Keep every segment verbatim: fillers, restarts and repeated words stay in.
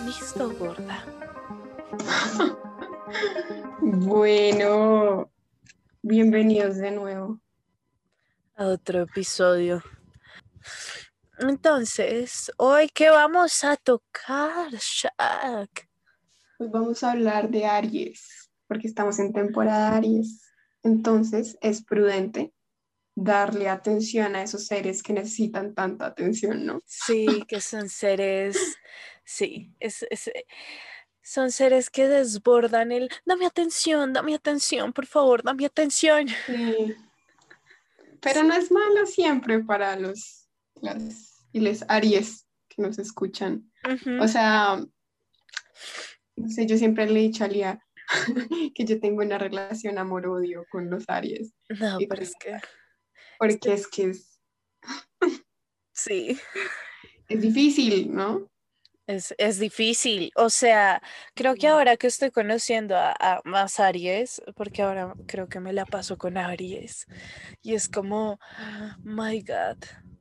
Listo, gorda. Bueno, bienvenidos de nuevo a otro episodio. Entonces, ¿hoy qué vamos a tocar, Shaq? Hoy vamos a hablar de Aries, porque estamos en temporada Aries. Entonces es prudente darle atención a esos seres que necesitan tanta atención, ¿no? Sí, que son seres, sí, es, es, son seres que desbordan el, dame atención, dame atención, por favor, dame atención. Sí, pero Sí. no es malo siempre para los, las y les Aries que nos escuchan. O Uh-huh. sea, no sé, yo siempre le he dicho a Lía que yo tengo una relación amor-odio con los Aries No, y pero con es que, es porque que es que es, sí. es difícil, ¿no? Es, es difícil, o sea, creo que ahora que estoy conociendo a, a más Aries, porque ahora creo que me la paso con Aries, y es como, my God,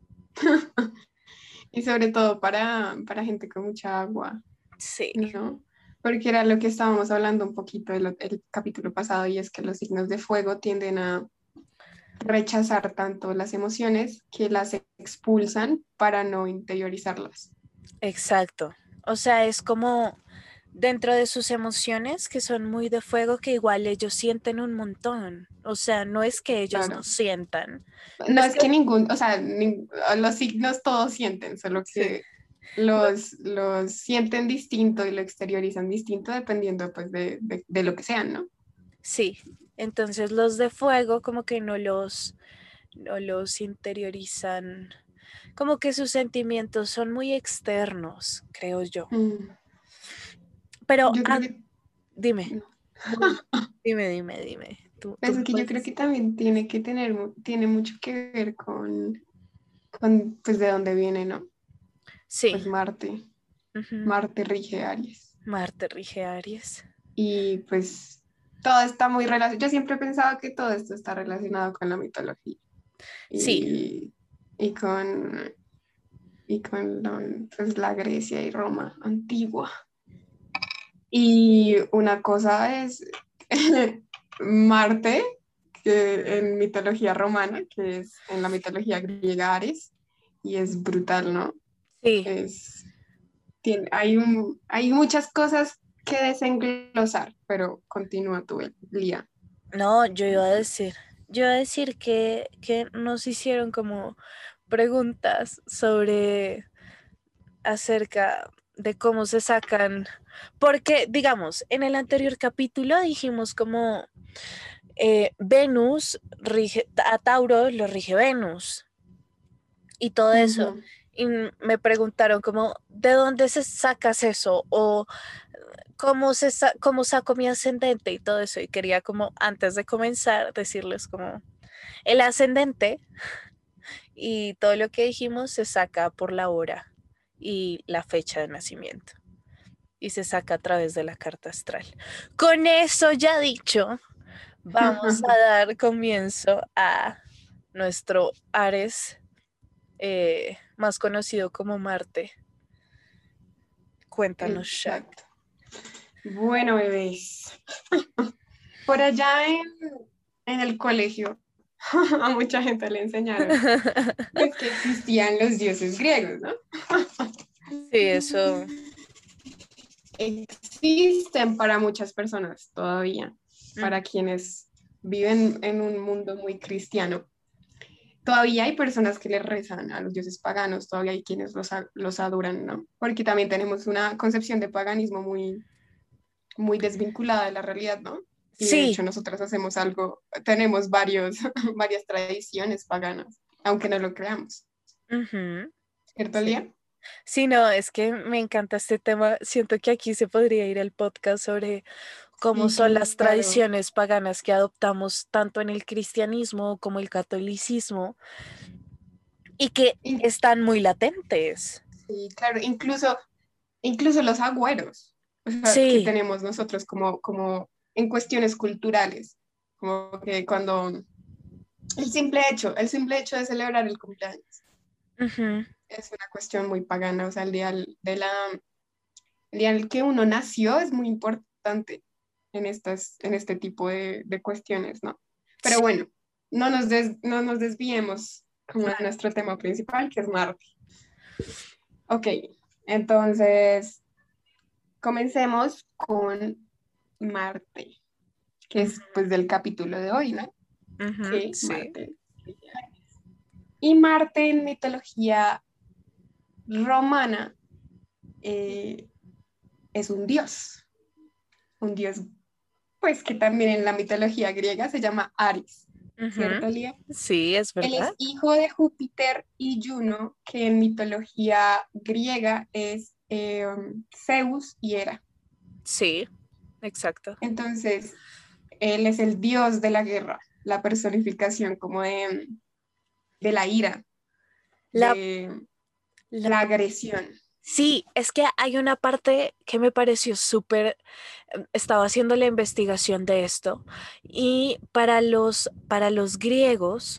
Y sobre todo para, para gente con mucha agua, sí, ¿no? Porque era lo que estábamos hablando un poquito el, el capítulo pasado y es que los signos de fuego tienden a rechazar tanto las emociones que las expulsan para no interiorizarlas. exacto. O sea, es como dentro de sus emociones que son muy de fuego, que igual ellos sienten un montón. O sea, no es que ellos no Claro. sientan, no No es es que que, ningún, o sea, nin- los signos todos sienten, solo sí, que los, los sienten distinto y lo exteriorizan distinto dependiendo pues de, de, de lo que sean, ¿no? sí. Entonces los de fuego como que no los, no los interiorizan. Como que sus sentimientos son muy externos, creo yo. Mm, Pero yo creo ah, que dime, no. dime, dime, dime, dime. Tú, tú Pues es me que yo puedes creo que decir. también tiene que tener, mu- tiene mucho que ver con, con pues de dónde viene, ¿no? Sí, Pues Marte, ujú. Marte rige Aries. Marte rige Aries. Y pues todo está muy relacionado. Yo siempre he pensado que todo esto está relacionado con la mitología Sí, y, y con, y con la, pues, la Grecia y Roma antigua. Y una cosa es Marte, que en mitología romana, que es en la mitología griega Ares, y es brutal, ¿no? sí. Es, tiene, hay, un, hay muchas cosas que desenglosar, pero continúa tu Lía. No, yo iba a decir, yo iba a decir que, que nos hicieron como preguntas sobre acerca de cómo se sacan, porque digamos, en el anterior capítulo dijimos como eh, Venus rige, a Tauro lo rige Venus y todo eso. Ujú. Y me preguntaron como, ¿de dónde se sacas eso? O cómo, se sa cómo saco mi ascendente y todo eso. Y quería como, antes de comenzar, decirles como, el ascendente y todo lo que dijimos se saca por la hora y la fecha de nacimiento. Y se saca a través de la carta astral. Con eso ya dicho, vamos a dar comienzo a nuestro Ares, eh, más conocido como Marte. Cuéntanos, Shaq. Exacto. Bueno, bebés, por allá en, en el colegio, a mucha gente le enseñaron pues, que existían los dioses griegos, ¿no? Sí, eso. Existen para muchas personas todavía, Mm, para quienes viven en un mundo muy cristiano. Todavía hay personas que le rezan a los dioses paganos, todavía hay quienes los, a- los adoran, ¿no? Porque también tenemos una concepción de paganismo muy, muy desvinculada de la realidad, ¿no? Y de sí. hecho nosotros hacemos algo, tenemos varios, varias tradiciones paganas, aunque no lo creamos. Ujú, ¿Cierto, sí. Lía? Sí, no, es que me encanta este tema. Siento que aquí se podría ir el podcast sobre cómo Sí, son las claro. tradiciones paganas que adoptamos tanto en el cristianismo como el catolicismo y que In- están muy latentes. sí, claro. Incluso, incluso los agüeros, o sea, que Sí, tenemos nosotros como, como en cuestiones culturales, como que cuando el simple hecho, el simple hecho de celebrar el cumpleaños ujú, es una cuestión muy pagana, o sea, el día de la, el día en el que uno nació es muy importante en, estas, en este tipo de, de cuestiones, ¿no? Pero Sí, bueno, no nos, des- no nos desviemos como de claro. nuestro tema principal, que es Marte. Ok, entonces comencemos con Marte, que Ujú, es pues del capítulo de hoy, ¿no? ujú, Que sí, Marte. Y Marte en mitología romana eh, es un dios, un dios pues que también en la mitología griega se llama Ares, ujú, ¿cierto, Lía? sí, es Él es verdad. hijo de Júpiter y Juno, que en mitología griega es eh, Zeus y Hera. Sí, exacto. Entonces, él es el dios de la guerra, la personificación como de, de la ira, La, de la la agresión. Sí, es que hay una parte que me pareció súper, em, estaba haciendo la investigación de esto y para los, para los griegos,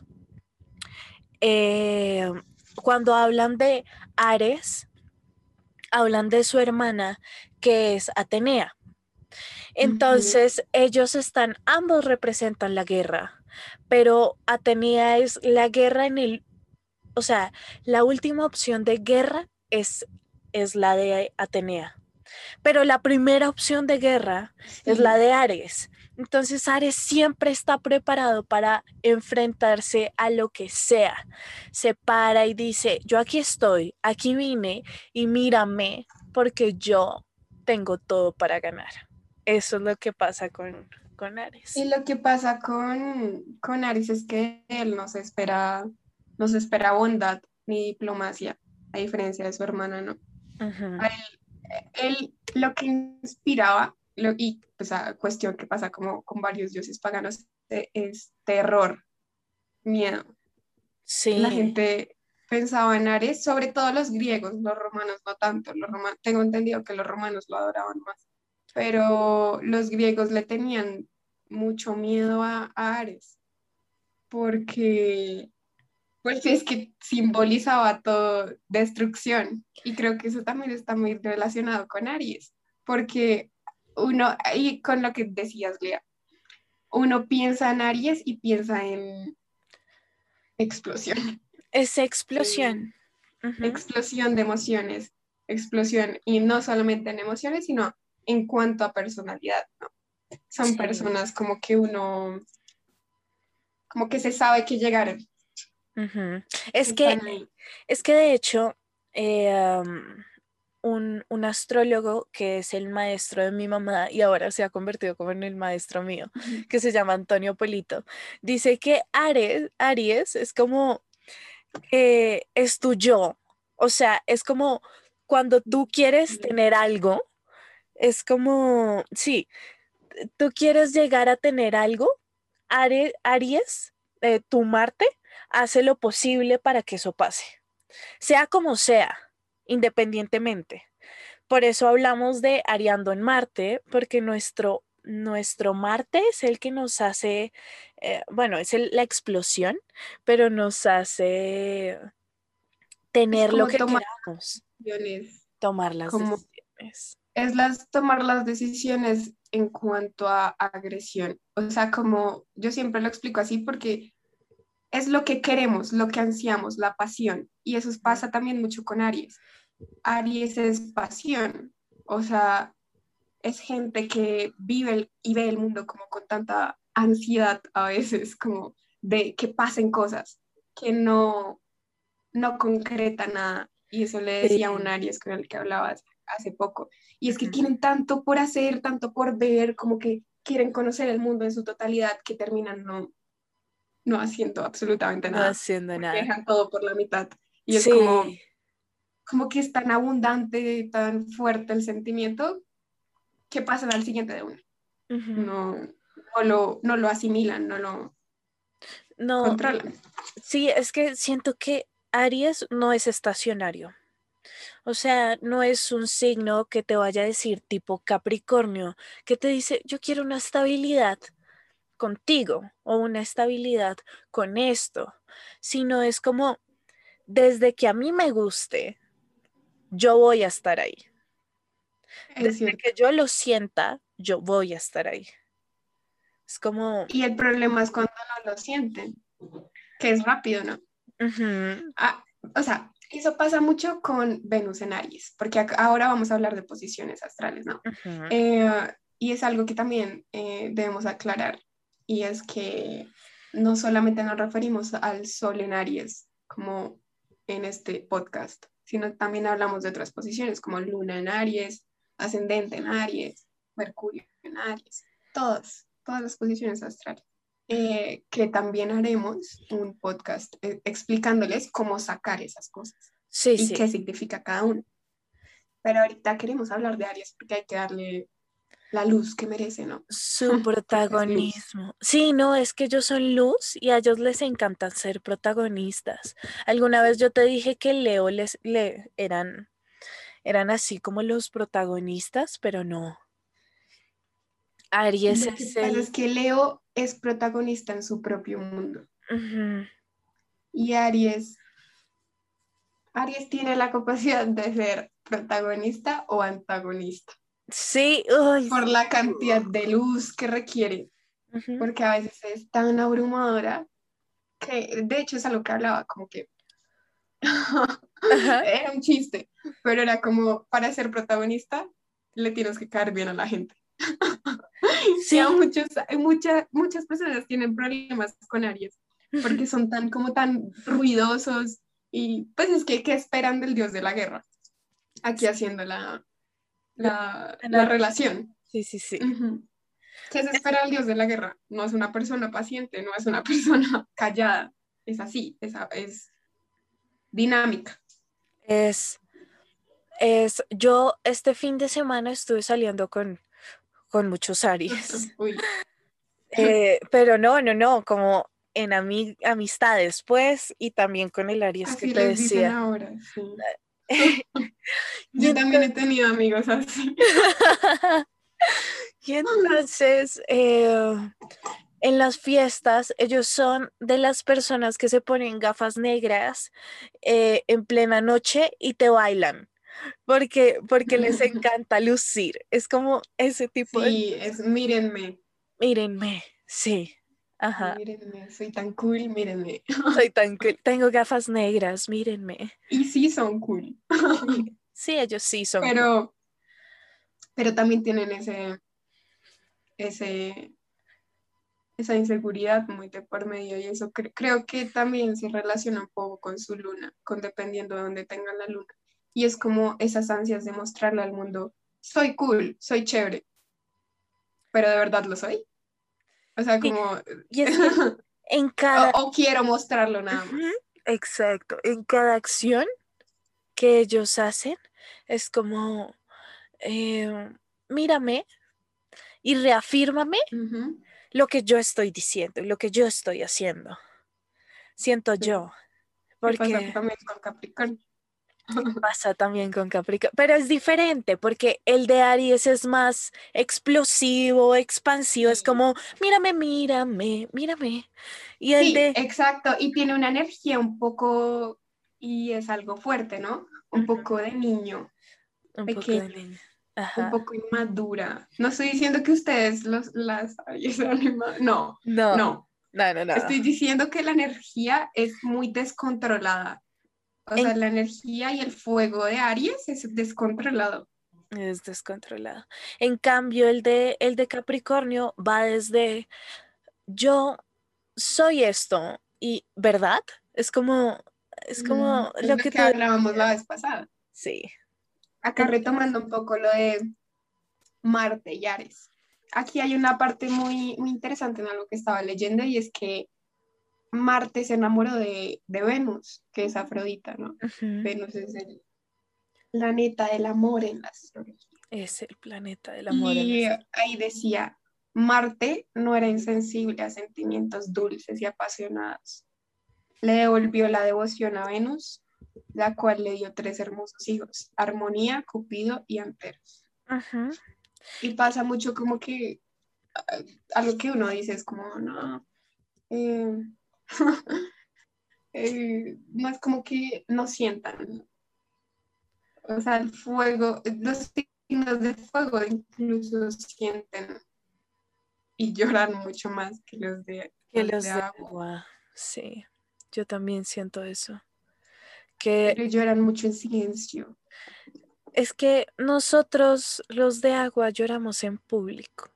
eh, cuando hablan de Ares, hablan de su hermana que es Atenea. Ujú. Entonces ellos están, ambos representan la guerra, pero Atenea es la guerra en el, o sea, la última opción de guerra es, es la de Atenea. Pero la primera opción de guerra es la Sí, de Ares. Entonces Ares siempre está preparado para enfrentarse a lo que sea. Se para y dice, yo aquí estoy, aquí vine y mírame porque yo tengo todo para ganar. Eso es lo que pasa con, con y Ares. lo que pasa con, con Ares es que él no se espera, no se espera bondad ni diplomacia, a diferencia de su hermana, ¿no? Ujú. A él, él lo que inspiraba, lo, y pues a cuestión que pasa como con varios dioses paganos, eh, es terror, miedo. La Sí, gente pensaba en Ares, sobre todo los griegos, los romanos no tanto, los romanos, tengo entendido que los romanos lo adoraban más, pero los griegos le tenían mucho miedo a, a Ares, porque pues es que simbolizaba todo destrucción, y creo que eso también está muy relacionado con Aries, porque uno, y con lo que decías, Lea, uno piensa en Aries y piensa en explosión. esa explosión. Ujú. Explosión de emociones, explosión, y no solamente en emociones, sino en cuanto a personalidad, ¿no? Son Sí. personas como que uno, como que se sabe que llegaron, Ujú. que Es que están ahí. Es que de hecho, eh, um, un, un astrólogo que es el maestro de mi mamá y ahora se ha convertido como en el maestro mío, Ujú. que se llama Antonio Polito, dice que Aries, Aries es como, eh, es tu yo. O sea, es como cuando tú quieres tener algo, es como, sí, tú quieres llegar a tener algo, Are- Aries, eh, tu Marte, hace lo posible para que eso pase sea como sea, independientemente. Por eso hablamos de Ariando en Marte, porque nuestro, nuestro Marte es el que nos hace, eh, bueno, es el- la explosión, pero nos hace Es tener lo como que tomar queramos, decisiones, tomar las como decisiones. es las, tomar las decisiones en cuanto a agresión. O sea, como yo siempre lo explico así porque es lo que queremos, lo que ansiamos, la pasión. Y eso Ujú. pasa también mucho con Aries. Aries es pasión, o sea, es gente que vive el- y ve el mundo como con tanta ansiedad a veces, como de que pasen cosas, que no, no concreta nada. Y eso le decía a un Sí. Aries con el que hablaba hace hace poco. Y es que Ujú. tienen tanto por hacer, tanto por ver, como que quieren conocer el mundo en su totalidad, que terminan no, no haciendo absolutamente No nada, haciendo porque nada. dejan todo por la mitad. Y es como Sí, como que es tan abundante, tan fuerte el sentimiento, que pasan al siguiente de uno. ujú. No, no lo, no lo asimilan, no lo No, controlan. sí, es que siento que Aries no es estacionario. O sea, no es un signo que te vaya a decir tipo Capricornio, que te dice, yo quiero una estabilidad contigo o una estabilidad con esto, sino es como, desde que a mí me guste, yo voy a estar ahí. Es Desde cierto. que yo lo sienta, yo voy a estar ahí. Es como, Y el problema es cuando no lo sienten, que es rápido, ¿no? ujú, Ah, o sea, eso pasa mucho con Venus en Aries, porque ac- ahora vamos a hablar de posiciones astrales, ¿no? ujú, Eh, y es algo que también eh, debemos aclarar, y es que no solamente nos referimos al Sol en Aries, como en este podcast, sino también hablamos de otras posiciones, como Luna en Aries, Ascendente en Aries, Mercurio en Aries, todas, todas las posiciones astrales ujú. eh, que también haremos un podcast eh, explicándoles cómo sacar esas cosas Sí, y sí. qué significa cada uno. Pero ahorita queremos hablar de Aries porque hay que darle la luz que merece, ¿no? Su Porque es luz. protagonismo. Sí, no, es que ellos son luz y a ellos les encanta ser protagonistas. Alguna vez yo te dije que Leo les le eran, eran así como los protagonistas, pero no. Aries Lo que es pasa el. es que Leo es protagonista en su propio mundo Ujú. y Aries, Aries tiene la capacidad de ser protagonista o antagonista Sí, uy, por sí. la cantidad de luz que requiere, Ujú. porque a veces es tan abrumadora que de hecho es a lo que hablaba, como que Ajá. era un chiste, pero era como para ser protagonista le tienes que caer bien a la gente. Y a Sí. muchos, hay muchas, muchas personas tienen problemas con Aries porque son tan como tan ruidosos y pues es que ¿qué esperan del dios de la guerra? Aquí haciendo la, La la, la analogía. relación. Sí, sí, sí. Ujú. ¿Qué se Es, espera del dios de la guerra? No es una persona paciente, no es una persona callada, es así, es, es dinámica. es, es- yo este fin de semana estuve saliendo con, con muchos Aries. Uy. Eh, pero no, no, no, como en ami- amistades, pues, y también con el Aries que Así te les dicen decía. ahora, sí. Y Yo también he entonces, tenido amigos así. y entonces eh, en las fiestas, ellos son de las personas que se ponen gafas negras eh, en plena noche y te bailan, porque, porque les encanta lucir. Es como ese tipo de, Sí, es mírenme, mírenme, sí, ajá, mírenme, soy tan cool, mírenme. soy tan cool, tengo gafas negras, mírenme. Y sí son cool, Sí, sí, ellos sí son cool. pero, pero también tienen ese, ese, esa inseguridad muy de por medio y eso cre- creo que también se relaciona un poco con su luna, con dependiendo de dónde tengan la luna. Y es como esas ansias de mostrarle al mundo, soy cool, soy chévere, pero de verdad lo soy. O sea, Sí, como, y es que en cada, o, o quiero mostrarlo nada ujú, más. exacto, en cada acción que ellos hacen es como, eh, mírame y reafírmame Ujú, lo que yo estoy diciendo, lo que yo estoy haciendo. Siento sí. yo, ¿Qué pasa porque también con Capricornio? pasa también con Capricornio, pero es diferente porque el de Aries es más explosivo, expansivo, es Sí, como, mírame, mírame, mírame. Y el sí, de, exacto. Y tiene una energía un poco, y es algo fuerte, ¿no? Un ujú, poco de niño, un poco de pequeño, niño. un Ajá. poco inmadura. No estoy diciendo que ustedes los, las Aries sean inma- no, No, no. no, no, no. Estoy diciendo que la energía es muy descontrolada. O En- sea, la energía y el fuego de Aries es descontrolado. es descontrolado. En cambio, el de, el de Capricornio va desde yo soy esto y ¿verdad? Es como, es Mm, como es lo lo que que tú hablábamos la decías. vez pasada. Sí. Acá retomando Entonces, un poco lo de Marte y Ares. Aquí hay una parte muy, muy interesante en algo que estaba leyendo y es que Marte se enamoró de, de Venus, que es Afrodita, ¿no? ujú, Venus es el planeta del amor en la astrología. es el planeta del amor en la Y serie. ahí decía, Marte no era insensible a sentimientos dulces y apasionados. Le devolvió la devoción a Venus, la cual le dio tres hermosos hijos, Armonía, Cupido y Anteros. Ujú. Y pasa mucho como que a lo que uno dice es como, no, eh, eh, no es como que no sientan, o sea, el fuego, los signos de fuego incluso sienten y lloran mucho más que los de, Que los de los de agua. agua, sí, yo también siento eso. Que Pero lloran mucho en silencio. es que nosotros los de agua lloramos en público.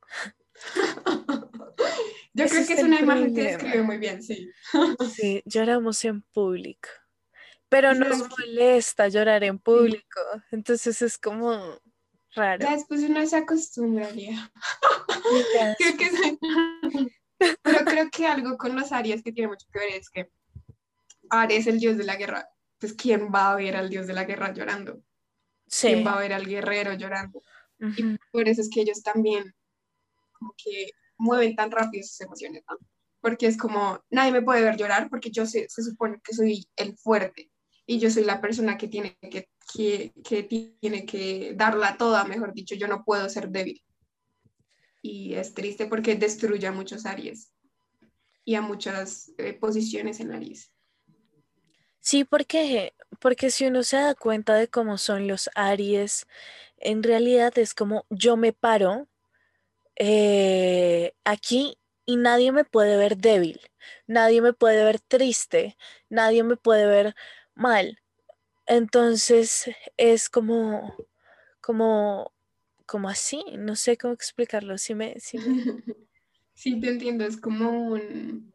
Yo Ese creo que es es el una imagen que describe problema. muy bien, sí. Sí, lloramos en público. Pero Y nos sabes que molesta llorar en sí, público. Entonces es como ya raro. después uno se acostumbraría. Y ya Creo que después. sí. Pero creo que algo con los Aries que tiene mucho que ver es que Aries es el dios de la guerra. Pues ¿quién va a ver al dios de la guerra llorando? ¿Quién Sí. va a ver al guerrero llorando? Y Ujú. por eso es que ellos también como que mueven tan rápido sus emociones, ¿no? Porque es como, nadie me puede ver llorar porque yo sé, se supone que soy el fuerte y yo soy la persona que tiene que, que, que tiene que darla toda, mejor dicho, yo no puedo ser débil. Y es triste porque destruye a muchos Aries y a muchas eh, posiciones en Aries. Sí, porque, porque si uno se da cuenta de cómo son los Aries, en realidad es como yo me paro eh, aquí y nadie me puede ver débil, nadie me puede ver triste, nadie me puede ver mal. Entonces es como, como, como así, no sé cómo explicarlo. Sí me, sí me. Sí, te entiendo, es como un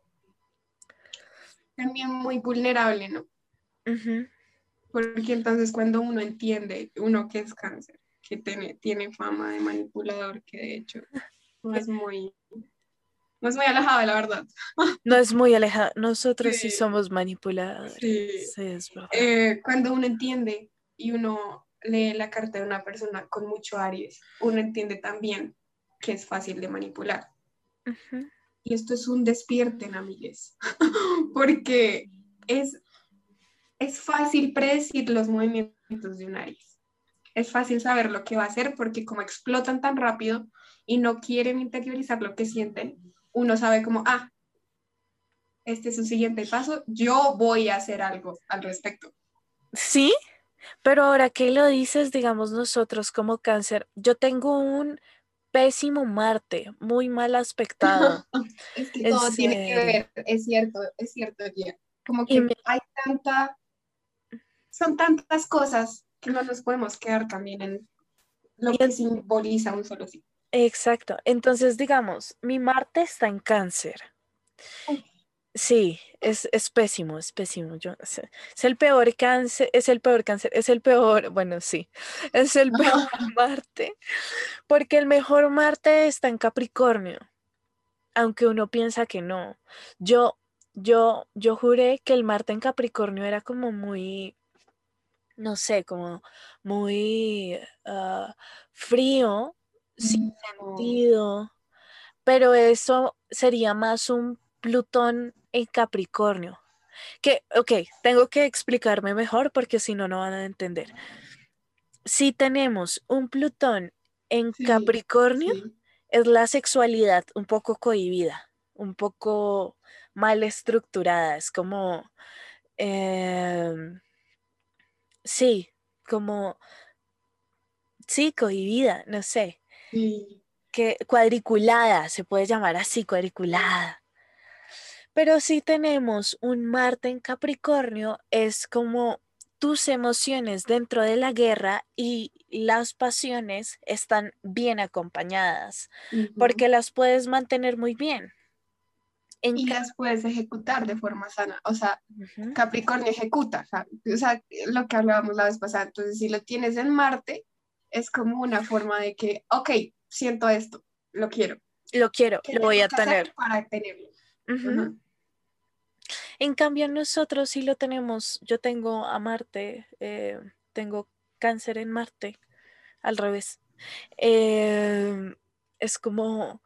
también muy vulnerable, ¿no? Ujú. Porque entonces cuando uno entiende, uno que es cáncer, que tiene, tiene fama de manipulador, que de hecho no es muy, no es muy alejado de la verdad. No es muy alejado. Nosotros sí Sí, somos manipuladores. sí. Sí, es verdad. Eh, cuando uno entiende y uno lee la carta de una persona con mucho Aries, uno entiende también que es fácil de manipular. Ujú. Y esto es un despierten, amigues, porque es, es fácil predecir los movimientos de un Aries. Es fácil saber lo que va a hacer porque como explotan tan rápido y no quieren interiorizar lo que sienten, uno sabe como, ah, este es un siguiente paso, yo voy a hacer algo al respecto. Sí, pero ahora que lo dices, digamos nosotros como cáncer, yo tengo un pésimo Marte, muy mal aspectado, Es que en todo tiene que serio. ver, es cierto, es cierto, Gia. Como Y que me- hay tanta, son tantas cosas que no nos podemos quedar también en lo y que en- simboliza un solo signo. exacto. Entonces, digamos, mi Marte está en cáncer. Sí, es, es pésimo, es pésimo. Yo, es, es el peor cáncer, es el peor cáncer, es el peor, bueno, sí, es el peor Marte, porque el mejor Marte está en Capricornio, aunque uno piensa que no. Yo, yo, yo juré que el Marte en Capricornio era como muy, no sé, como muy ah, frío, sin No. sentido, pero eso sería más un Plutón en Capricornio. Que, ok, tengo que explicarme mejor porque si no, no van a entender. Si tenemos un Plutón en Sí, Capricornio, sí. es la sexualidad un poco cohibida, un poco mal estructurada, es como, em, sí, como, sí, cohibida, no sé, Sí. que cuadriculada, se puede llamar así, cuadriculada. Pero si tenemos un Marte en Capricornio, es como tus emociones dentro de la guerra y las pasiones están bien acompañadas, Ujú. porque las puedes mantener muy bien. En Y ca- las puedes ejecutar de forma sana. O sea, Ujú. Capricornio ejecuta, ja- o sea, lo que hablábamos la vez pasada. Entonces, si lo tienes en Marte, es como una forma de que, ok, siento esto, lo quiero. Lo quiero, ¿Qué lo voy tengo a que hacer tener. para tenerlo? Ujú. Ujú. En cambio, nosotros sí lo tenemos. Yo tengo a Marte, eh, tengo cáncer en Marte, al revés. Em, es como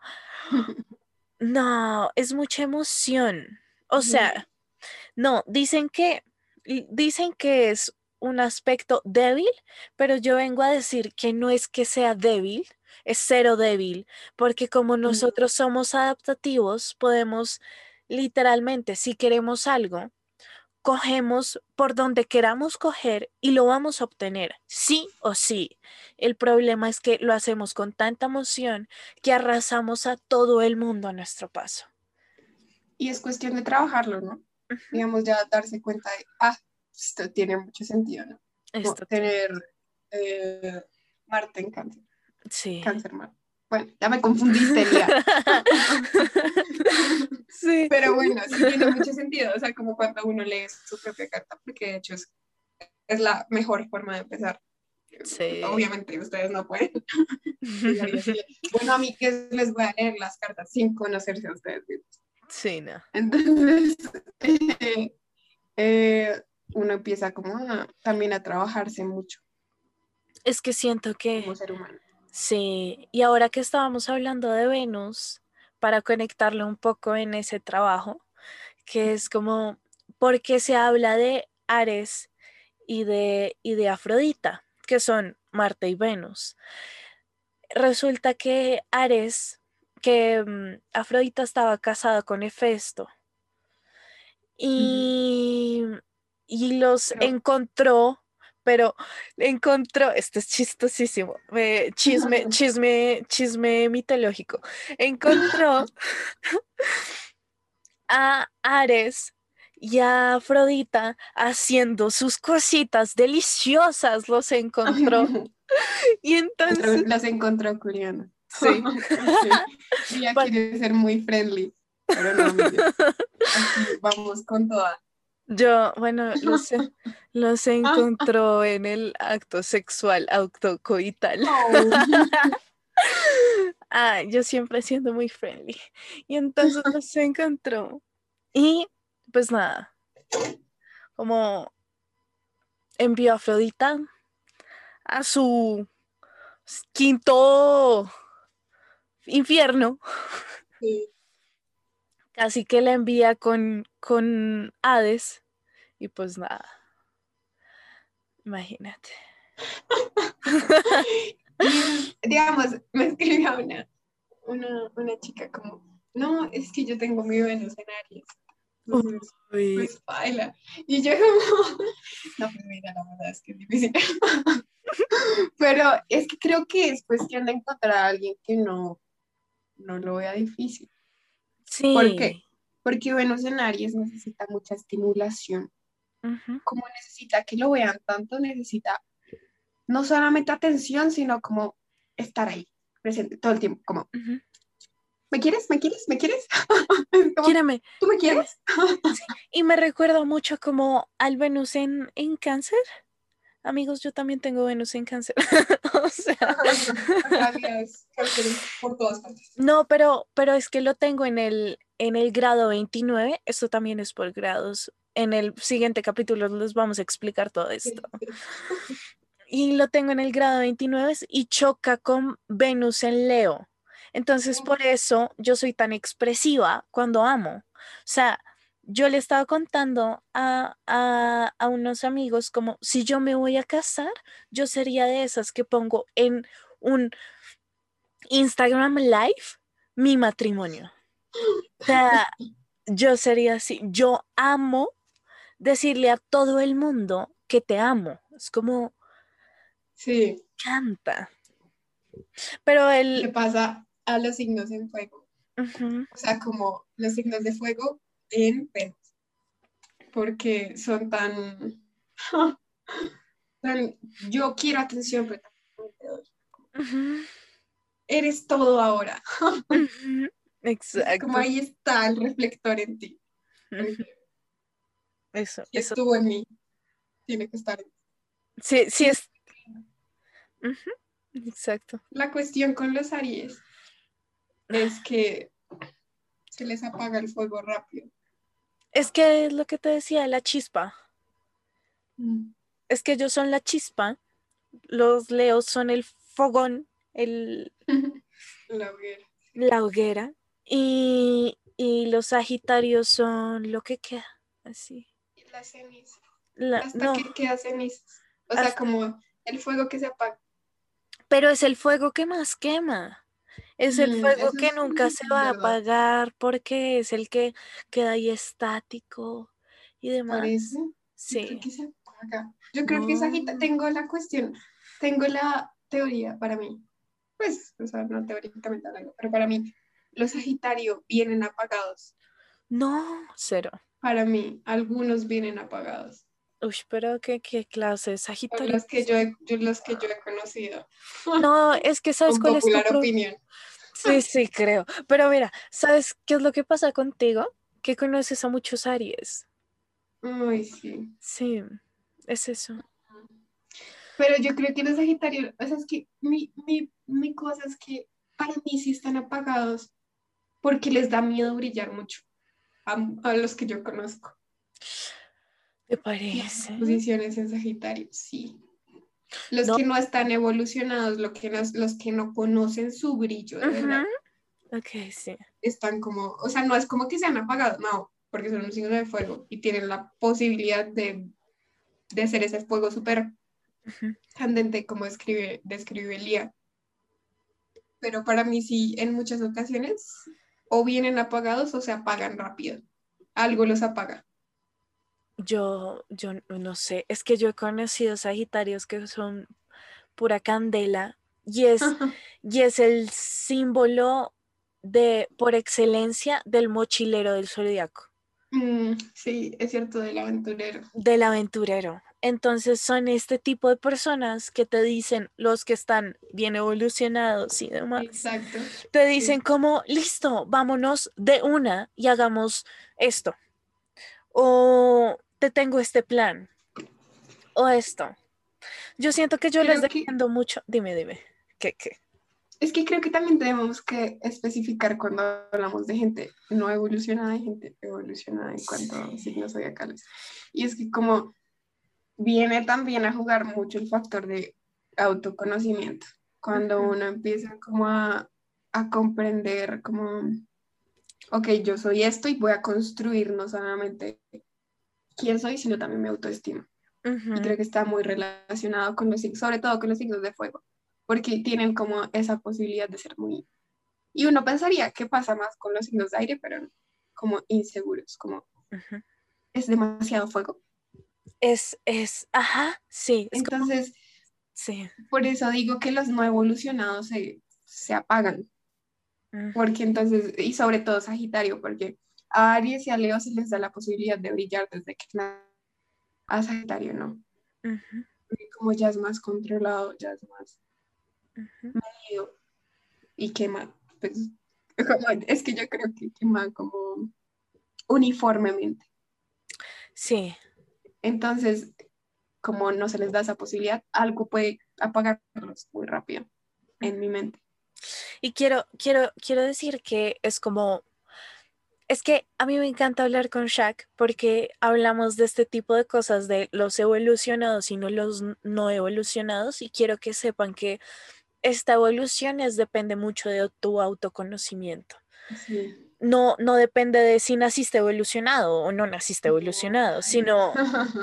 no, es mucha emoción. O Ujú. sea, no, dicen que y dicen que es un aspecto débil, pero yo vengo a decir que no es que sea débil, es cero débil, porque como Mm. nosotros somos adaptativos, podemos literalmente, si queremos algo, cogemos por donde queramos coger y lo vamos a obtener, sí o sí. El problema es que lo hacemos con tanta emoción que arrasamos a todo el mundo a nuestro paso. Y es cuestión de trabajarlo, ¿no? Ujú. Digamos, ya darse cuenta de, ah, esto tiene mucho sentido, ¿no? Como Esto tiene. tener eh, Marte en cáncer, Sí. cáncer Marte. Bueno, ya me confundiste, Lía. Sí. Pero bueno, sí tiene mucho sentido, o sea, como cuando uno lee su propia carta, porque de hecho es, es la mejor forma de empezar. Sí. Obviamente ustedes no pueden. Bueno, a mí que les voy a leer las cartas sin conocerse a ustedes mismos. Sí, no. Entonces, eh, eh, uno empieza como a, también a trabajarse mucho Es que siento que como ser humano. sí, y ahora que estábamos hablando de Venus, para conectarlo un poco en ese trabajo, que es como, porque se habla de Ares y de, y de Afrodita, que son Marte y Venus. Resulta que Ares, que um, Afrodita estaba casada con Hefesto y, y los Pero, encontró, pero encontró, esto es chistosísimo, eh, chisme, chisme, chisme mitológico, encontró a Ares y a Afrodita haciendo sus cositas deliciosas, los ay, encontró. no, Y entonces, las encontró Juliana. sí. Okay. Ella Bueno, quiere ser muy friendly, pero no, amiga. Aquí vamos con toda. yo, bueno, los, e- los Ah, encontró en el acto sexual autocoital. oh. Ah, yo siempre siendo muy friendly. Y entonces los encontró. Y pues nada, como envió a Afrodita a su quinto infierno, Sí. casi que la envía con, con Hades. Y pues nada, imagínate. Y digamos, me escribió una, una, una chica como, no, es que yo tengo mi Venus en Aries. Entonces, Uy, pues baila. Y yo como, no, pues mira, la verdad es que es difícil. Pero es que creo que es cuestión de encontrar a alguien que no, no lo vea difícil. ¿Por qué? sí. Porque Venus en Aries necesita mucha estimulación. Ujú, Como necesita que lo vean tanto, necesita no solamente atención, sino como estar ahí, presente todo el tiempo, como, ujú. ¿me quieres? ¿Me quieres? ¿Me quieres? Es como, Quírame, ¿tú me quírame. quieres? Sí, y me recuerda mucho como al Venus en, en cáncer. Amigos, yo también tengo Venus en cáncer. O sea, En realidad es cáncer por todas partes. no, pero, pero es que lo tengo en el, en el grado veintinueve. Esto también es por grados. En el siguiente capítulo les vamos a explicar todo esto. Sí, sí. Y lo tengo en el grado veintinueve y choca con Venus en Leo. Entonces, por eso yo soy tan expresiva cuando amo. O sea, yo le estaba contando a, a, a unos amigos como si yo me voy a casar, yo sería de esas que pongo en un Instagram Live mi matrimonio. O sea, yo sería así. Yo amo decirle a todo el mundo que te amo. Es como Sí, canta. Pero le el... pasa a los signos en fuego, Ujú, o sea, como los signos de fuego en Venus, porque son tan, tan, yo quiero atención, pero también te doy. ujú, Eres todo ahora. ujú. Es como Exacto. ahí está el reflector en ti. Ujú. Porque Eso, si eso. estuvo en mí, tiene que estar en ti. Sí, sí Y es. Ujú, exacto. la cuestión con los Aries es que se les apaga el fuego rápido. Es que es lo que te decía, la chispa. Mm. Es que ellos son la chispa, los leos son el fogón, el, La hoguera. la hoguera, y, y los sagitarios son lo que queda. Así. Y la ceniza. La, Hasta no, que queda cenizas. O sea, hasta. como el fuego que se apaga. Pero es el fuego que más quema. Es el Mm, fuego eso que es nunca se va a verdad. apagar porque es el que queda ahí estático y Parece. demás. Yo creo Sí. que se apaga. Yo creo que Sagitario, No. tengo la cuestión, tengo la teoría para mí. Pues, o sea, no teóricamente hablando, pero para mí, los Sagitario vienen apagados. No, cero. Para mí, algunos vienen apagados. Uy, pero ¿qué, qué clase de Son Sagitario los que es? yo he, yo- los que yo he conocido. No, es que ¿sabes Con cuál es tu popular pro? opinión. Sí, sí, creo. Pero mira, ¿sabes qué es lo que pasa contigo? Que conoces a muchos Aries. Uy, sí. Sí, es eso. Pero yo creo que los Sagitarios, o sea, es que mi, mi, mi cosa es que para mí sí están apagados porque les da miedo brillar mucho a, a los que yo conozco. ¿Te Las parece? posiciones en Sagitario, sí. Los No. que no están evolucionados, lo que no- los que no conocen su brillo de Ujú. verdad, Ok, sí. están como, o sea, no es como que sean apagados, no, porque son un signo de fuego y tienen la posibilidad de, de ser ese fuego súper Ujú. candente como describe, describe Lía. Pero para mí sí, en muchas ocasiones, o vienen apagados o se apagan rápido. Algo los apaga. Yo, yo no sé, es que yo he conocido Sagitarios que son pura candela y es, y es el símbolo de, por excelencia, del mochilero del zodiaco, Mm, sí, es cierto, del aventurero. del aventurero. Entonces son este tipo de personas que te dicen, los que están bien evolucionados y demás, Exacto, te dicen sí. como, listo, vámonos de una y hagamos esto. O te tengo este plan. O esto. Yo siento que yo les Creo que, defiendo mucho. Dime, dime. ¿Qué, qué? es que creo que también tenemos que especificar cuando hablamos de gente no evolucionada y gente evolucionada en cuanto a Sí. signos zodiacales. Y es que como viene también a jugar mucho el factor de autoconocimiento. Cuando Ujú, uno empieza como a, a comprender como, ok, yo soy esto y voy a construir no solamente quién soy, sino también mi autoestima. Y ujú. creo que está muy relacionado con los signos, sobre todo con los signos de fuego, porque tienen como esa posibilidad de ser muy... Y uno pensaría que pasa más con los signos de aire, pero no, como inseguros, como Ujú. es demasiado fuego. Es, es, ajá, sí, es como, Entonces, sí. por eso digo que los no evolucionados se, se apagan, Ujú, porque entonces, y sobre todo Sagitario, porque a Aries y a Leo se les da la posibilidad de brillar desde que nacen, a Sagitario no, ujú, porque como ya es más controlado, ya es más ujú. medido y quema, pues, como, es que yo creo que quema como uniformemente. Sí. Entonces, como no se les da esa posibilidad, algo puede apagarlos muy rápido Ujú. en mi mente. Y quiero, quiero, quiero decir que es como, es que a mí me encanta hablar con Shaq porque hablamos de este tipo de cosas, de los evolucionados y no los n- no evolucionados, y quiero que sepan que esta evolución es, depende mucho de tu autoconocimiento. Sí. No, no depende de si naciste evolucionado o no naciste No, evolucionado, para nada. sino,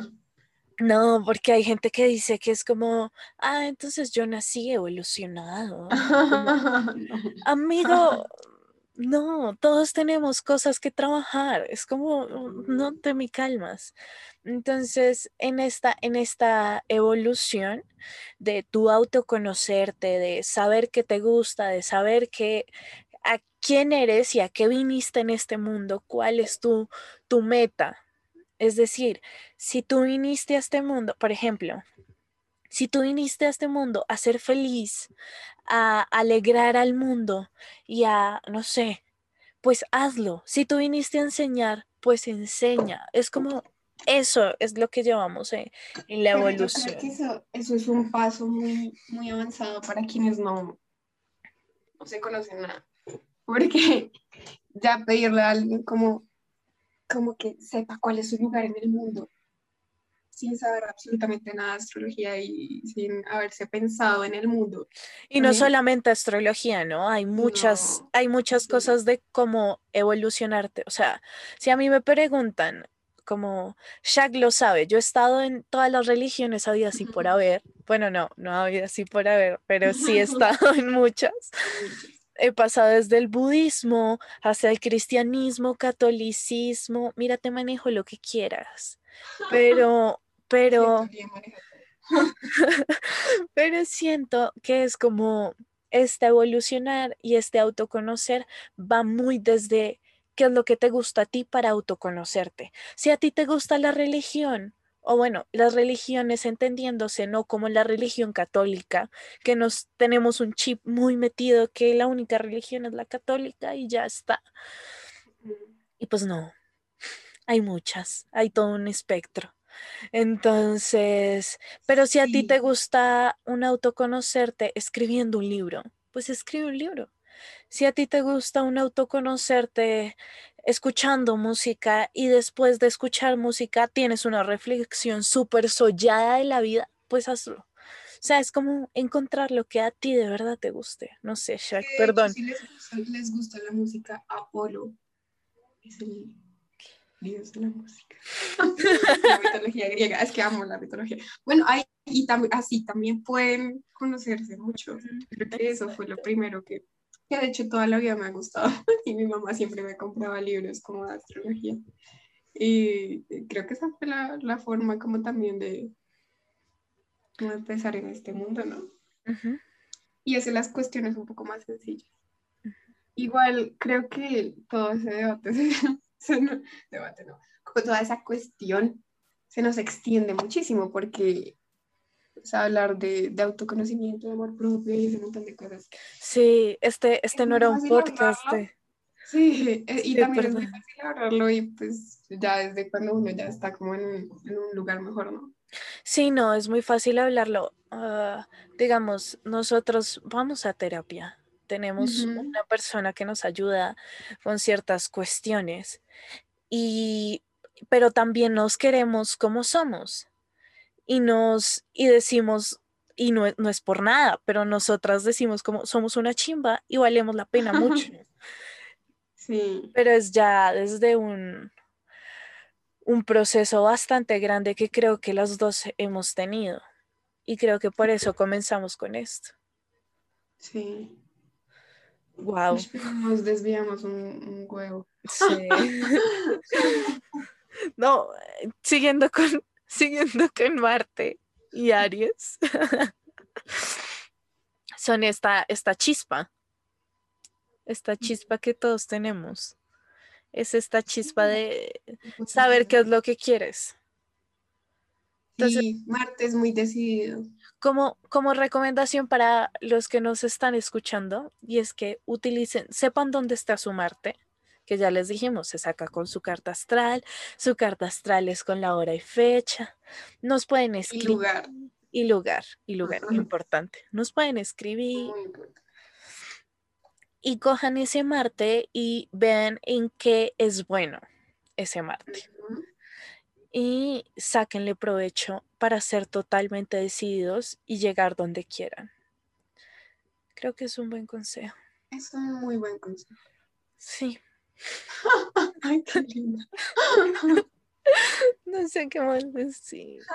no, porque hay gente que dice que es como, ah, entonces yo nací evolucionado. Como, No. amigo, no, todos tenemos cosas que trabajar. Es como, no Mm, te me calmas. Entonces, en esta, en esta evolución de tu autoconocerte, de saber qué te gusta, de saber qué, a quién eres y a qué viniste en este mundo, cuál es tu, tu meta. Es decir, si tú viniste a este mundo, por ejemplo, si tú viniste a este mundo a ser feliz, a alegrar al mundo y a, no sé, pues hazlo. Si tú viniste a enseñar, pues enseña. Es como eso es lo que llevamos eh, en la Pero yo creo que evolución. eso, eso es un paso muy, muy avanzado para quienes no, no se conocen nada. Porque ya pedirle a alguien como, como que sepa cuál es su lugar en el mundo, sin saber absolutamente nada de astrología y sin haberse pensado en el mundo, Y no también, solamente astrología, ¿no? Hay muchas, no, hay muchas sí. cosas de cómo evolucionarte. O sea, si a mí me preguntan, como Shaq lo sabe, yo he estado en todas las religiones habidas y por haber. Bueno, no, no habidas y por haber, pero sí he estado en muchas. Muchas. he pasado desde el budismo hasta el cristianismo, catolicismo. Mira, te manejo lo que quieras. Pero, Siento pero, que maneja todo. pero siento que es como este evolucionar y este autoconocer va muy desde qué es lo que te gusta a ti para autoconocerte. Si a ti te gusta la religión, o bueno, las religiones entendiéndose no como la religión católica, que nos tenemos un chip muy metido que la única religión es la católica y ya está. Y pues no, hay muchas, hay todo un espectro. Entonces, pero si a ti te Sí, gusta un autoconocerte escribiendo un libro, pues escribe un libro. Si a ti te gusta un autoconocerte escuchando música y después de escuchar música tienes una reflexión súper sollada de la vida, pues hazlo. O sea, es como encontrar lo que a ti de verdad te guste. No sé, que Shaq, de hecho perdón. si les gusta, les gusta la música, Apolo es el dios de la música. La mitología griega, es que amo la mitología. Bueno, hay, y tam- así también pueden conocerse mucho. Yo creo que eso fue lo Exacto. primero que, que de hecho toda la vida me ha gustado y mi mamá siempre me compraba libros como de astrología. Y creo que esa fue la, la forma como también de como empezar en este mundo, ¿no? Ujú. Y hacer las cuestiones un poco más sencillas. Igual creo que todo ese debate, se no- debate no, como toda esa cuestión se nos extiende muchísimo porque o sea, hablar de, de autoconocimiento, de amor propio y ese montón de cosas. Sí, este, Es este no muy era un fácil podcast hablarlo, de... sí, eh, y Sí, también es muy perdón. fácil hablarlo y pues ya desde cuando uno ya está como en un, en un lugar mejor, ¿no? Sí, no, es muy fácil hablarlo. Ah, digamos, nosotros vamos a terapia. Tenemos Ujú. una persona que nos ayuda con ciertas cuestiones y pero también nos queremos como somos y nos y decimos y no, es- no es por nada, pero nosotras decimos como somos una chimba y valemos la pena mucho. Sí, Pero es ya desde un un proceso bastante grande que creo que las dos hemos tenido y creo que por eso comenzamos con esto. sí. Wow, Ush, pero nos desviamos un, un huevo. sí. No, eh, siguiendo con, siguiendo con Marte y Aries, son esta, esta chispa, esta chispa que todos tenemos. Es esta Sí, chispa de qué saber qué potencia. es lo que quieres. Entonces, Sí, Marte es muy decidido. como, como recomendación para los que nos están escuchando, y es que utilicen, sepan dónde está su Marte, que ya les dijimos, se saca con su carta astral, su carta astral es con la hora y fecha, nos pueden Y escribir, lugar. y lugar, y lugar, Ajá. importante, nos pueden escribir Muy importante. y cojan ese Marte y vean en qué es bueno ese Marte. Ujú. Y sáquenle provecho para ser totalmente decididos y llegar donde quieran. Creo que es un buen consejo. Es un muy buen consejo. Sí, Ay, qué lindo. no sé qué más decir.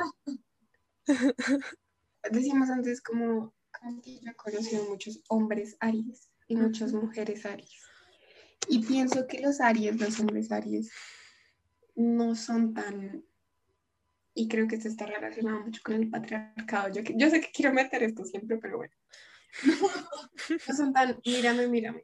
Decíamos antes como, como que yo he conocido muchos hombres Aries y muchas Ujú. mujeres Aries. Y pienso que los Aries, los hombres Aries, no son tan, y creo que esto está relacionado mucho con el patriarcado. Yo, que- yo sé que quiero meter esto siempre, pero bueno, no son tan, mírame, mírame.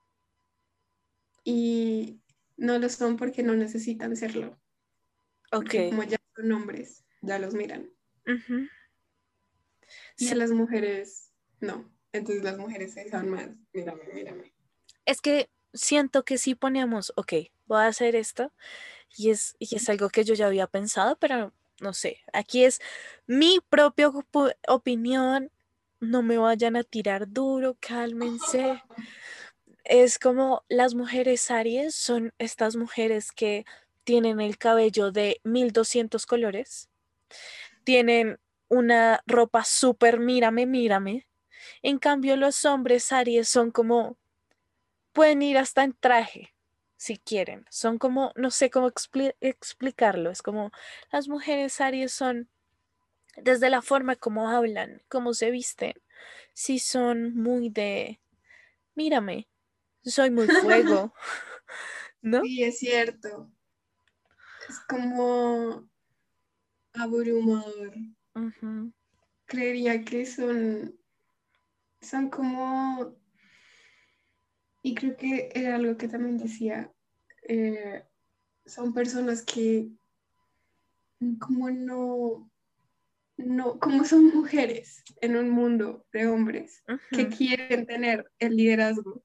Y no lo son porque no necesitan serlo, Ok. porque como ya son hombres, ya los miran. Ujú. Y a Sí, las mujeres, no. Entonces las mujeres se dejan más, mírame, mírame. es que siento que si ponemos, ok, voy a hacer esto y es, y es algo que yo ya había pensado, pero no sé, aquí es mi propia opo- opinión, no me vayan a tirar duro, cálmense. Es como las mujeres Aries son estas mujeres que tienen el cabello de mil doscientos colores, tienen una ropa súper mírame, mírame. En cambio, los hombres Aries son como, pueden ir hasta en traje, si quieren. Son como, no sé cómo expli- explicarlo. Es como, las mujeres Aries son, desde la forma como hablan, cómo se visten, sí son muy de, mírame, soy muy fuego, ¿no? Sí, es cierto. Es como abrumador. Ujú, Creería que son, son como, y creo que era algo que también decía, eh, son personas que como no, no, como son mujeres en un mundo de hombres que ujú. quieren tener el liderazgo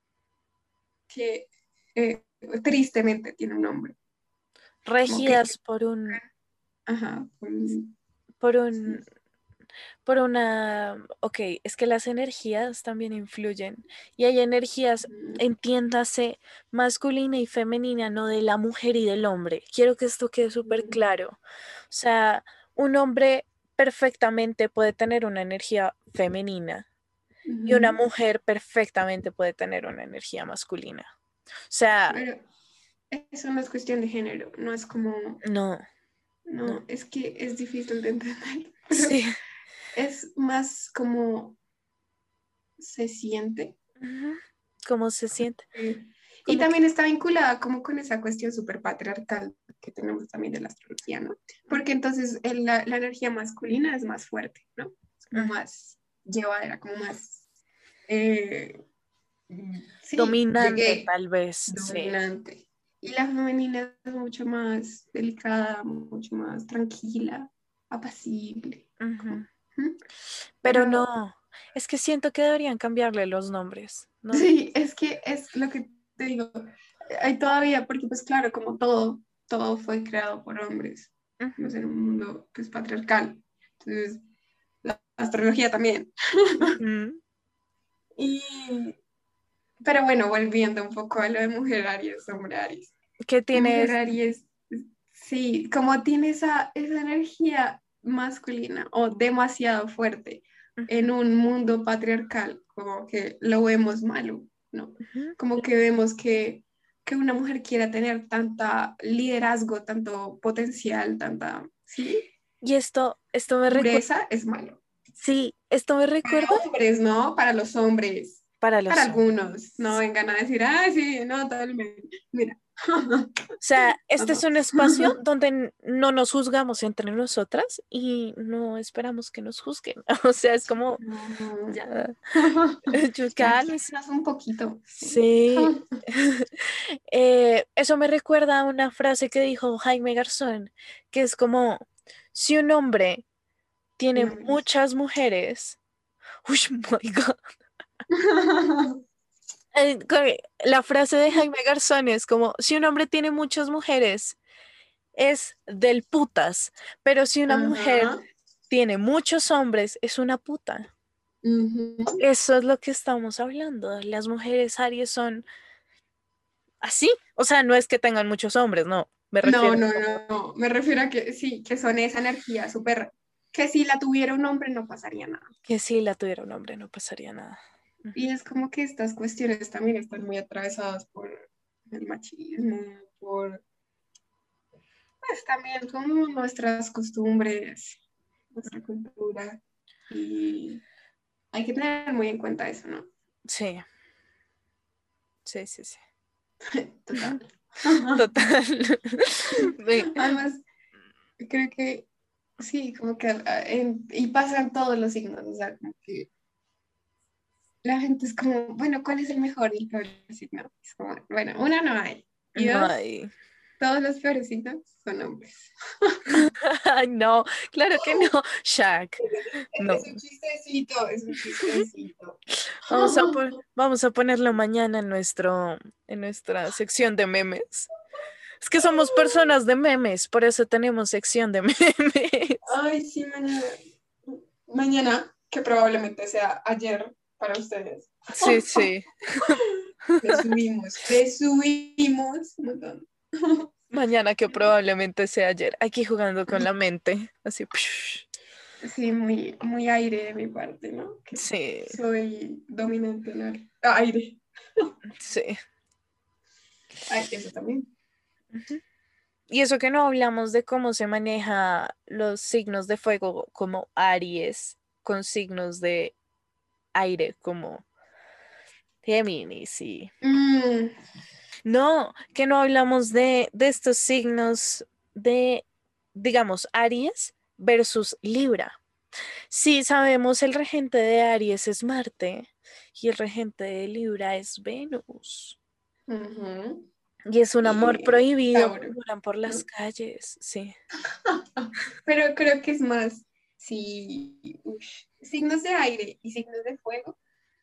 que eh, tristemente tiene un nombre, como que, Regidas por un, ajá, por un- por un, sí. por una, ok, es que las energías también influyen y hay energías, Ujú, entiéndase, masculina y femenina, no de la mujer y del hombre. Quiero que esto quede súper ujú, claro. O sea, un hombre perfectamente puede tener una energía femenina y una ujú. mujer perfectamente puede tener una energía masculina. O sea, Pero eso no es cuestión de género, no es como, no, no. no, es que es difícil de entender, pero Sí. es más como se siente. Ujú. ¿Cómo se siente? eh, Y Como que... también está vinculada como con esa cuestión súper patriarcal que tenemos también de la astrología, ¿no? Porque entonces el- la, la energía masculina es más fuerte, ¿no? Es como Ujú. más llevadera, como más, eh, mm, sí, Dominante, llegué, tal vez, sí. dominante. Y la femenina es mucho más delicada, mucho más tranquila, apacible. Ujú. Como, ¿mm? Pero Pero no, es que siento que deberían cambiarle los nombres, ¿no? sí, es que es lo que te digo. Hay todavía, porque pues claro, como todo, todo fue creado por hombres. Ujú, Estamos en un mundo pues patriarcal. Entonces, la astrología también. ujú. Y, pero bueno, volviendo un poco a lo de mujer Aries, hombre Aries. ¿Qué tiene Mujer esto? Aries, sí, como tiene esa, esa energía masculina o demasiado fuerte en Ujú, un mundo patriarcal, como que lo vemos malo, ¿no? ujú. Como que vemos que, que una mujer quiera tener tanta liderazgo, tanto potencial, tanta, ¿sí? Y esto, esto me recuerda, Pureza es malo. sí, esto me Para recuerda hombres, ¿no? Para los hombres. para Para los algunos, no hombres. vengan a decir, ah, sí, no, totalmente. Mira. O sea, este es Ajá. un espacio donde n- no nos juzgamos entre nosotras y no esperamos que nos juzguen. O sea, es como, No. ya, yo Ya cálmese. quieras un poquito, ¿sí? Sí. Eh, eso me recuerda a una frase que dijo Jaime Garzón, que es como, si un hombre tiene No me gusta. muchas mujeres, uy, my God. Eh, co- la frase de Jaime Garzón es como, si un hombre tiene muchas mujeres, es del putas, pero si una mujer Ajá. tiene muchos hombres, es una puta. Ujú. Eso es lo que estamos hablando. Las mujeres Aries son así. O sea, no es que tengan muchos hombres, no. Me No, refiero no, como no, no. Me refiero a que sí, que son esa energía súper, que si la tuviera un hombre no pasaría nada. que si la tuviera un hombre no pasaría nada. Y Ujú. es como que estas cuestiones también están muy atravesadas por el machismo, por, pues también como nuestras costumbres, nuestra cultura. Y hay que tener muy en cuenta eso, ¿no? Sí, sí, sí, sí. Total. Total. Ve, Además, creo que sí, como que ah, en- y pasan todos los signos, o sea, como que la gente es como, bueno, ¿cuál es el mejor y el peor signo? Es como, bueno, una no hay, y no dos, hay. todos los peores signos son hombres. Ay, no, claro que no. Shaq, Es no. un chistecito, es un chistecito. Vamos a pon- vamos a ponerlo mañana en nuestro, en nuestra sección de memes. Es que somos personas de memes, por eso tenemos sección de memes. Ay, sí, mañana, mañana, que probablemente sea ayer para ustedes. Sí, sí. Presumimos, presumimos un montón. Mañana que probablemente sea ayer. Aquí jugando con la mente. Así. Sí, muy, muy aire de mi parte, ¿no? Que Sí, soy dominante en el aire. sí. Ay, eso también. Ujú. Y eso que no hablamos de cómo se maneja los signos de fuego como Aries con signos de aire como Géminis, sí. Mm, No, que no hablamos de, de estos signos de, digamos, Aries versus Libra. Sí, sabemos el regente de Aries es Marte y el regente de Libra es Venus. ujú. Y es un amor Y prohibido, Tauro, murmuran por las ¿no? calles, sí. Pero creo que es más, si ush, signos de aire y signos de fuego,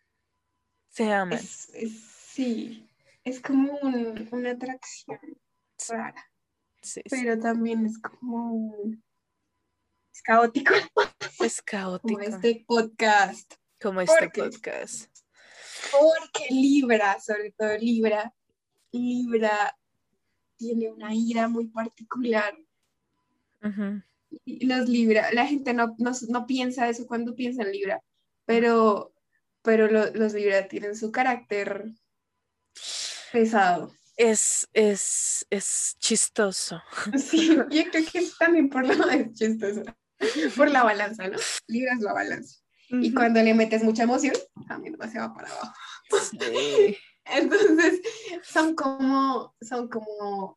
Se aman. es, es sí, es como un- una atracción Sí, rara, sí, sí. pero también es como, es caótico, Es como caótico, este podcast, como este porque, podcast. porque Libra, sobre todo Libra, Libra tiene una ira muy particular. Ujú, Y los Libra, la gente no, no, no piensa eso cuando piensa en Libra, ujú. pero, pero lo- los Libra tienen su carácter pesado. Es, es, es chistoso. Sí, yo creo que es también por lo es chistoso, por la balanza, ¿no? Libra es la balanza. Y Ujú. cuando le metes mucha emoción, también se va para abajo. Sí. Entonces, son como, son como,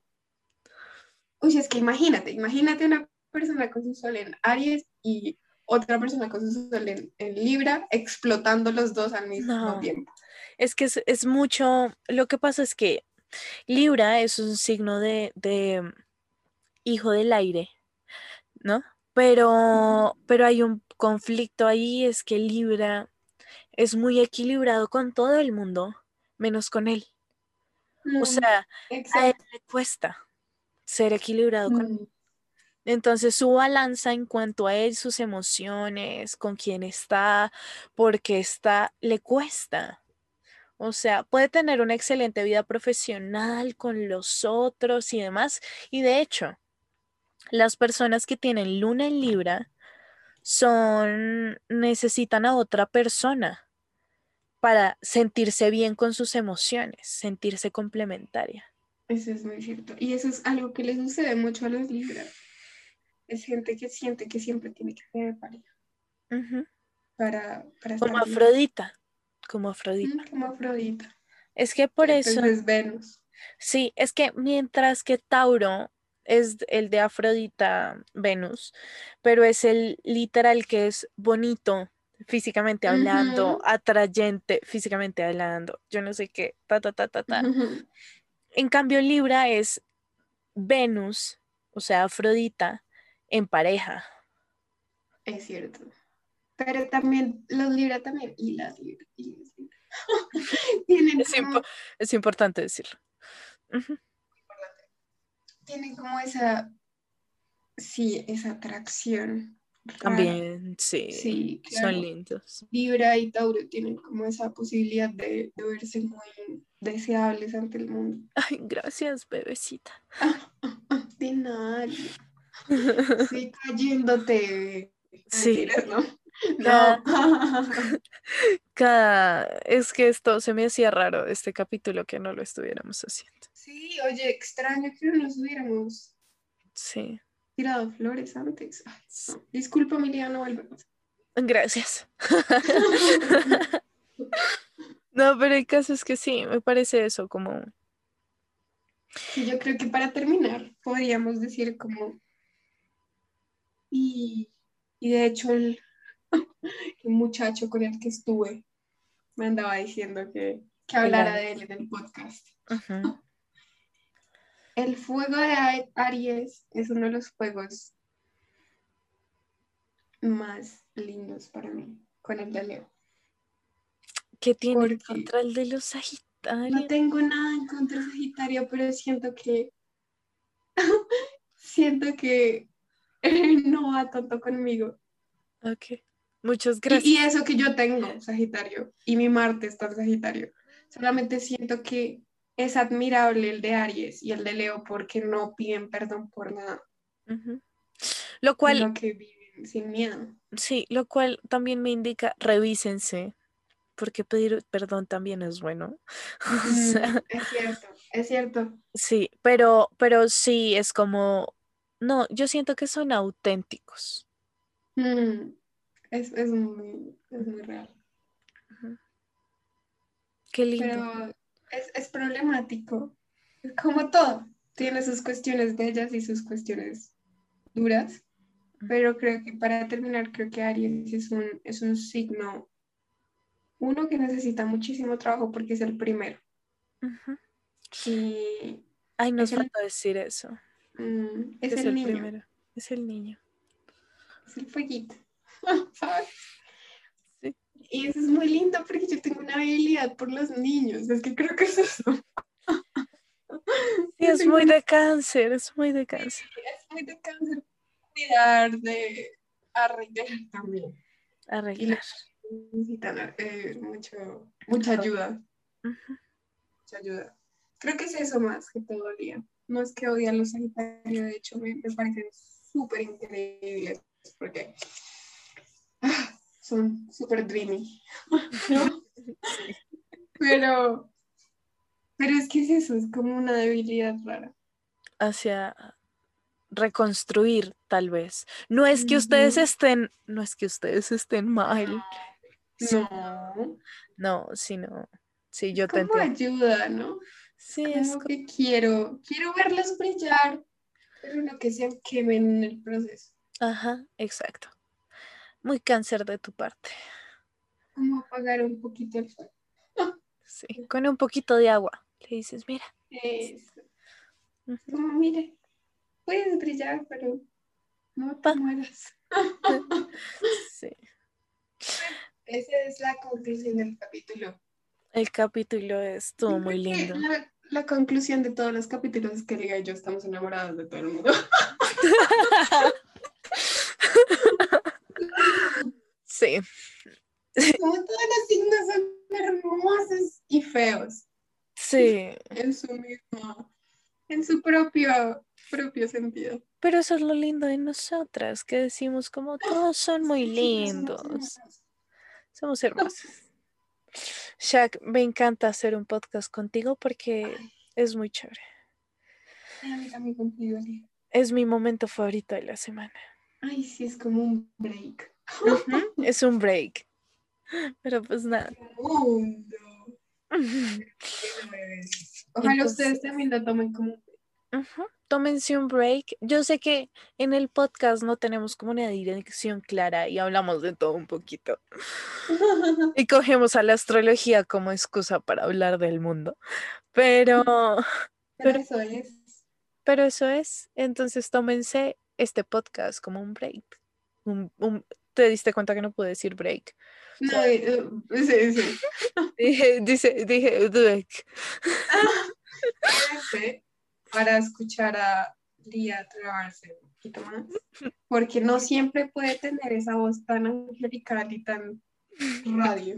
uy, es que imagínate, imagínate una persona con su sol en Aries y otra persona con su sol en, en Libra, explotando los dos al mismo No, tiempo. es que es, es mucho. Lo que pasa es que Libra es un signo de, de hijo del aire, ¿no? Pero, pero hay un conflicto ahí, es que Libra es muy equilibrado con todo el mundo, menos con él. O Mm, sea, a él exacto. le cuesta ser equilibrado con. Mm, Entonces su balanza en cuanto a él, sus emociones, con quién está, por qué está, le cuesta. O sea, puede tener una excelente vida profesional con los otros y demás. Y de hecho, las personas que tienen luna en Libra son, necesitan a otra persona para sentirse bien con sus emociones, sentirse complementaria. eso es muy cierto. Y eso es algo que le sucede mucho a los Libra. Es gente que siente que siempre tiene que tener pareja Ujú. para, para Como estar bien. Afrodita, como Mm, Afrodita. como Afrodita. Es que por eso, Entonces, Venus. sí, es que mientras que Tauro es el de Afrodita, Venus, pero es el literal que es bonito físicamente hablando, Ujú. atrayente físicamente hablando, yo no sé qué, ta, ta, ta, ta, ta. En cambio, Libra es Venus, o sea, Afrodita, en pareja. Es cierto. Pero también los Libra también, y las Libra, y los Libra, tienen Es, impo- como, es importante decirlo. Ujú. tienen como esa, sí, esa atracción rara. También, sí, Sí, son claro. lindos. Libra y Tauro tienen como esa posibilidad de, de verse muy deseables ante el mundo. Ay, gracias, bebecita. De nada, estoy cayéndote. Sí, Mentiras, ¿no? cada, No. cada, es que esto se me hacía raro, este capítulo que no lo estuviéramos haciendo. Sí, oye, extraño que no nos hubiéramos Sí, tirado flores antes. Ay, s- no. Disculpa, Emilia, no volvemos. gracias. No, pero el caso es que sí, me parece eso como, Sí, yo creo que para terminar podríamos decir como, y, y de hecho el, el muchacho con el que estuve me andaba diciendo que, que el hablara Aries. de él en el podcast. Ujú. El fuego de A- Aries es uno de los fuegos más lindos para mí, con el de Leo, ¿Qué tiene en porque contra el de los no Sagitarios? tengo nada en contra de Sagitario, pero siento que, siento que no va tanto conmigo. Ok, muchas Y, y gracias. eso que yo tengo, Sagitario, y mi Marte está en Sagitario. Solamente siento que es admirable el de Aries y el de Leo porque no piden perdón por nada, Ujú. Lo cual, sino que viven sin miedo. sí, lo cual también me indica, revísense, porque pedir perdón también es bueno. O Mm, sea, es cierto, es cierto. sí, pero, pero sí es como, no, yo siento que son auténticos. Mm, es, es muy, es muy real. Ujú. Qué lindo. pero es, es problemático. Es como todo, tiene sus cuestiones bellas y sus cuestiones duras, pero creo que para terminar, creo que Aries es un, es un signo, uno que necesita muchísimo trabajo porque es el primero. Ujú. Y Ay, es nos el, falta decir eso. mm, es Que es el el niño, primero. Es el niño. es el fueguito, ¿sabes? Sí, Y eso es muy lindo porque yo tengo una habilidad por los niños, es que creo que es eso. sí, Yo es tengo muy una- de cáncer, es muy de cáncer. es muy de cáncer cuidar, de arreglar también. Y los Arreglar. necesitan eh, mucho, mucha ayuda, Ujú. mucha ayuda. Creo que es eso más que todo el día. No es que odie a los sanitarios, de hecho me, me parecen súper increíbles porque ah, son súper dreamy, ¿no? Sí. Pero, pero es que es eso, es como una debilidad rara. Hacia reconstruir, tal vez. No es que ustedes Ujú. estén, no es que ustedes estén mal, sí, No, no, sino, sí, es yo te como entiendo. ayuda, ¿no? Es Sí, es como co- que quiero, quiero verlos brillar, pero no que se quemen en el proceso. ajá, exacto. Muy cáncer de tu parte. Como apagar un poquito el fuego. Sí, con un poquito de agua. Le dices, mira. Eso. Ujú, Como, mire, puedes brillar, pero no te pa. mueras. Sí. Esa es la conclusión del capítulo. El capítulo estuvo Yo muy creo que lindo. la, la conclusión de todos los capítulos es que Liga y yo estamos enamorados de todo el mundo. Sí, Como todos los signos son hermosos y feos sí. en su mismo, en su propio, propio sentido. Pero eso es lo lindo de nosotras, que decimos como todos son muy Sí, claro, somos lindos. hermosos. Somos hermosos. Shaq, me encanta hacer un podcast contigo porque es muy chévere. Ay, a mí también contigo, Ali. Es mi momento favorito de la semana. Ay, sí, es como un break. Ujú, es un break. Pero pues nada. Mundo. Ujú. Bueno, bebés. Ojalá Entonces, ustedes también lo tomen como un ujú, tómense un break. Yo sé que en el podcast no tenemos como una dirección clara y hablamos de todo un poquito. break. Y cogemos a la astrología como excusa para hablar del mundo. Pero, Pero pero, eso es. pero eso es. Entonces tómense este podcast como un break. Un, un- ¿te diste cuenta que no pude decir break? O sea, No, eh, sí, sí. dije, dice, dije, break. Quédense para escuchar a Lía trabarse un poquito más, porque no siempre puede tener esa voz tan angelical y tan radio.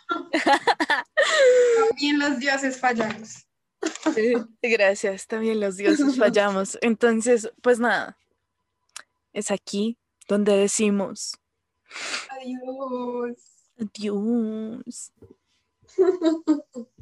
También los dioses fallamos. Eh, Gracias, también los dioses fallamos. Entonces, pues nada, es aquí donde decimos Adiós. adiós.